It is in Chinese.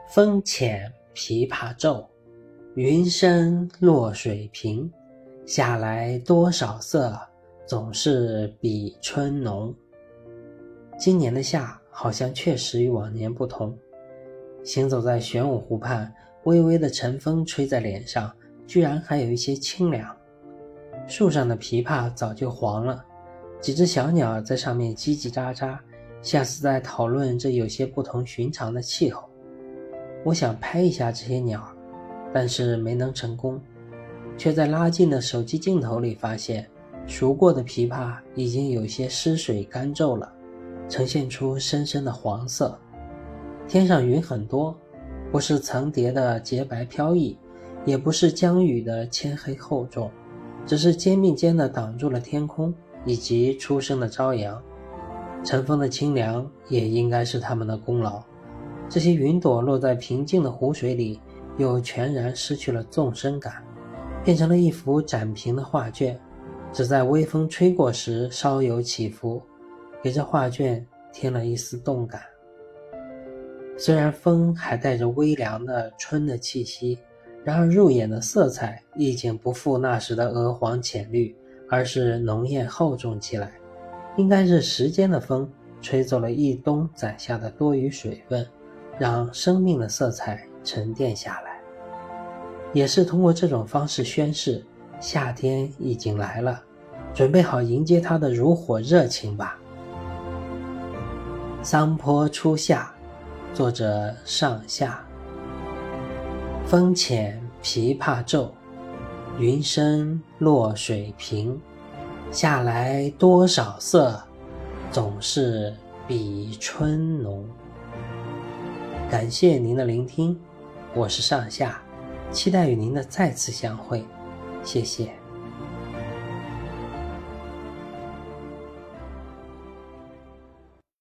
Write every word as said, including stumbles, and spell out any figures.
风浅琵琶骤，云深落水平。下来多少色，总是比春浓。今年的夏好像确实与往年不同。行走在玄武湖畔，微微的晨风吹在脸上，居然还有一些清凉。树上的枇杷早就黄了，几只小鸟在上面叽叽喳喳，像是在讨论这有些不同寻常的气候。我想拍一下这些鸟，但是没能成功，却在拉近的手机镜头里发现，熟过的枇杷已经有些失水干皱了，呈现出深深的黄色。天上云很多，不是层叠的洁白飘逸，也不是将雨的铅黑厚重，只是肩并肩地挡住了天空以及初升的朝阳。晨风的清凉也应该是他们的功劳。这些云朵落在平静的湖水里，又全然失去了纵深感，变成了一幅展平的画卷，只在微风吹过时稍有起伏，给这画卷添了一丝动感。虽然风还带着微凉的春的气息，然而入眼的色彩已经不复那时的鹅黄浅绿，而是浓艳厚重起来。应该是时间的风吹走了一冬攒下的多余水分，让生命的色彩沉淀下来。也是通过这种方式宣示，夏天已经来了，准备好迎接它的如火热情吧。桑坡初夏，作者上下。风浅琵琶骤，云深落水平。下来多少色，总是比春浓。感谢您的聆听，我是上下，期待与您的再次相会，谢谢。